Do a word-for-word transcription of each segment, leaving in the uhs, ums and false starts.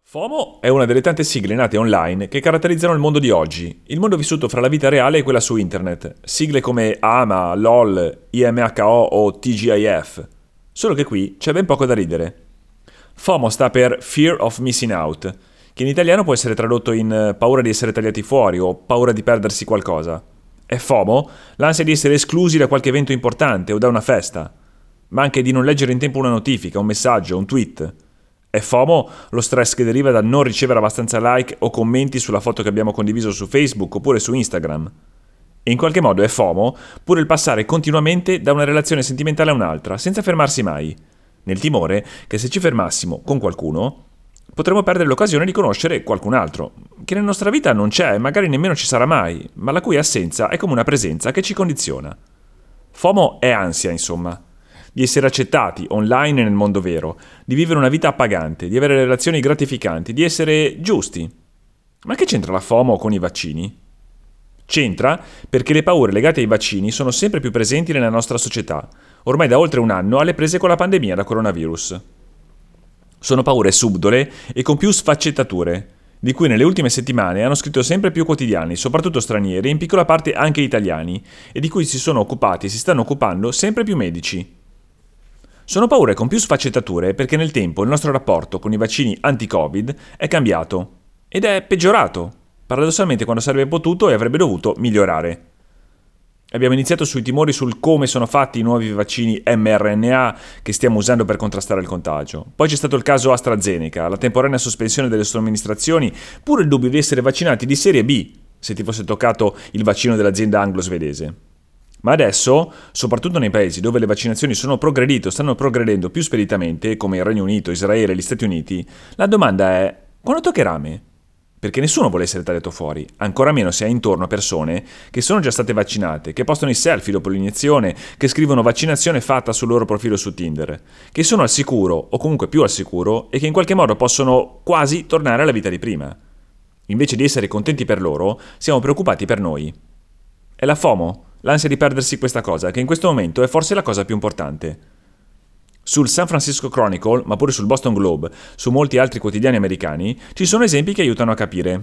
FOMO è una delle tante sigle nate online che caratterizzano il mondo di oggi, il mondo vissuto fra la vita reale e quella su internet, sigle come A M A, LOL, I M H O o T G I F. Solo che qui c'è ben poco da ridere. FOMO sta per Fear of Missing Out, che in italiano può essere tradotto in paura di essere tagliati fuori o paura di perdersi qualcosa. È FOMO l'ansia di essere esclusi da qualche evento importante o da una festa, ma anche di non leggere in tempo una notifica, un messaggio, un tweet. È FOMO lo stress che deriva dal non ricevere abbastanza like o commenti sulla foto che abbiamo condiviso su Facebook oppure su Instagram. E in qualche modo è FOMO pure il passare continuamente da una relazione sentimentale a un'altra, senza fermarsi mai, nel timore che se ci fermassimo con qualcuno potremmo perdere l'occasione di conoscere qualcun altro, che nella nostra vita non c'è e magari nemmeno ci sarà mai, ma la cui assenza è come una presenza che ci condiziona. FOMO è ansia, insomma. Di essere accettati online e nel mondo vero, di vivere una vita appagante, di avere relazioni gratificanti, di essere giusti. Ma che c'entra la FOMO con i vaccini? C'entra perché le paure legate ai vaccini sono sempre più presenti nella nostra società, ormai da oltre un anno alle prese con la pandemia da coronavirus. Sono paure subdole e con più sfaccettature, di cui nelle ultime settimane hanno scritto sempre più quotidiani, soprattutto stranieri e in piccola parte anche italiani, e di cui si sono occupati e si stanno occupando sempre più medici. Sono paure con più sfaccettature perché nel tempo il nostro rapporto con i vaccini anti-Covid è cambiato ed è peggiorato, paradossalmente quando sarebbe potuto e avrebbe dovuto migliorare. Abbiamo iniziato sui timori sul come sono fatti i nuovi vaccini mRNA che stiamo usando per contrastare il contagio. Poi c'è stato il caso AstraZeneca, la temporanea sospensione delle somministrazioni, pure il dubbio di essere vaccinati di serie B se ti fosse toccato il vaccino dell'azienda anglo-svedese. Ma adesso, soprattutto nei paesi dove le vaccinazioni sono progredite o stanno progredendo più speditamente, come il Regno Unito, Israele e gli Stati Uniti, la domanda è: quando toccherà a me? Perché nessuno vuole essere tagliato fuori, ancora meno se hai intorno persone che sono già state vaccinate, che postano i selfie dopo l'iniezione, che scrivono vaccinazione fatta sul loro profilo su Tinder, che sono al sicuro, o comunque più al sicuro, e che in qualche modo possono quasi tornare alla vita di prima. Invece di essere contenti per loro, siamo preoccupati per noi. È la FOMO? L'ansia di perdersi questa cosa, che in questo momento è forse la cosa più importante. Sul San Francisco Chronicle, ma pure sul Boston Globe, su molti altri quotidiani americani, ci sono esempi che aiutano a capire.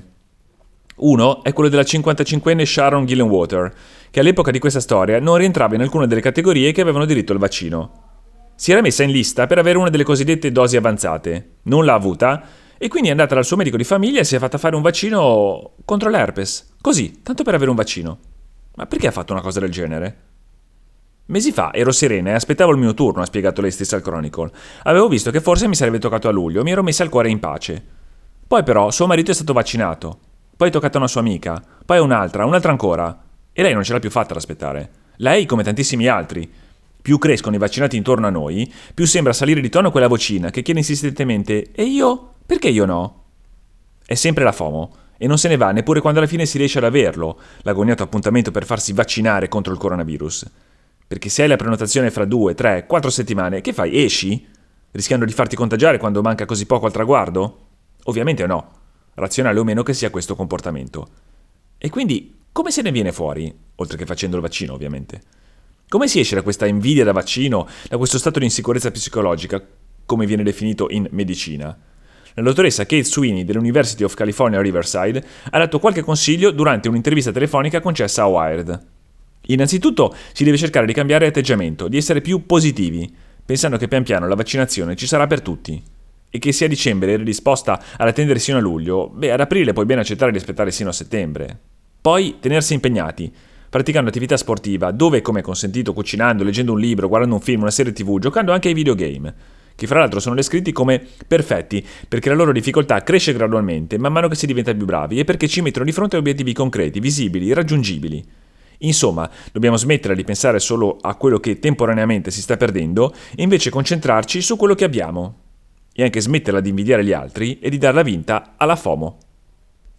Uno è quello della cinquantacinquenne Sharon Gillenwater, che all'epoca di questa storia non rientrava in alcuna delle categorie che avevano diritto al vaccino. Si era messa in lista per avere una delle cosiddette dosi avanzate, non l'ha avuta, e quindi è andata dal suo medico di famiglia e si è fatta fare un vaccino contro l'herpes. Così, tanto per avere un vaccino. Ma perché ha fatto una cosa del genere? Mesi fa ero serena e aspettavo il mio turno, ha spiegato lei stessa al Chronicle. Avevo visto che forse mi sarebbe toccato a luglio e mi ero messa il cuore in pace. Poi però suo marito è stato vaccinato. Poi è toccato a una sua amica. Poi a un'altra, un'altra ancora. E lei non ce l'ha più fatta ad aspettare. Lei, come tantissimi altri. Più crescono i vaccinati intorno a noi, più sembra salire di tono quella vocina che chiede insistentemente: e io? Perché io no? È sempre la FOMO. E non se ne va neppure quando alla fine si riesce ad averlo, l'agognato appuntamento per farsi vaccinare contro il coronavirus. Perché se hai la prenotazione fra due, tre, quattro settimane, che fai? Esci? Rischiando di farti contagiare quando manca così poco al traguardo? Ovviamente no, razionale o meno che sia questo comportamento. E quindi come se ne viene fuori, oltre che facendo il vaccino ovviamente? Come si esce da questa invidia da vaccino, da questo stato di insicurezza psicologica, come viene definito in medicina? La dottoressa Kate Sweeney dell'University of California Riverside ha dato qualche consiglio durante un'intervista telefonica concessa a Wired. Innanzitutto si deve cercare di cambiare atteggiamento, di essere più positivi, pensando che pian piano la vaccinazione ci sarà per tutti. E che sia dicembre eri disposta ad attendere sino a luglio, beh, ad aprile puoi ben accettare di aspettare sino a settembre. Poi tenersi impegnati, praticando attività sportiva, dove e come consentito, cucinando, leggendo un libro, guardando un film, una serie tivù, giocando anche ai videogame, che fra l'altro sono descritti come perfetti perché la loro difficoltà cresce gradualmente man mano che si diventa più bravi e perché ci mettono di fronte a obiettivi concreti, visibili, raggiungibili. Insomma, dobbiamo smettere di pensare solo a quello che temporaneamente si sta perdendo e invece concentrarci su quello che abbiamo. E anche smetterla di invidiare gli altri e di darla vinta alla FOMO.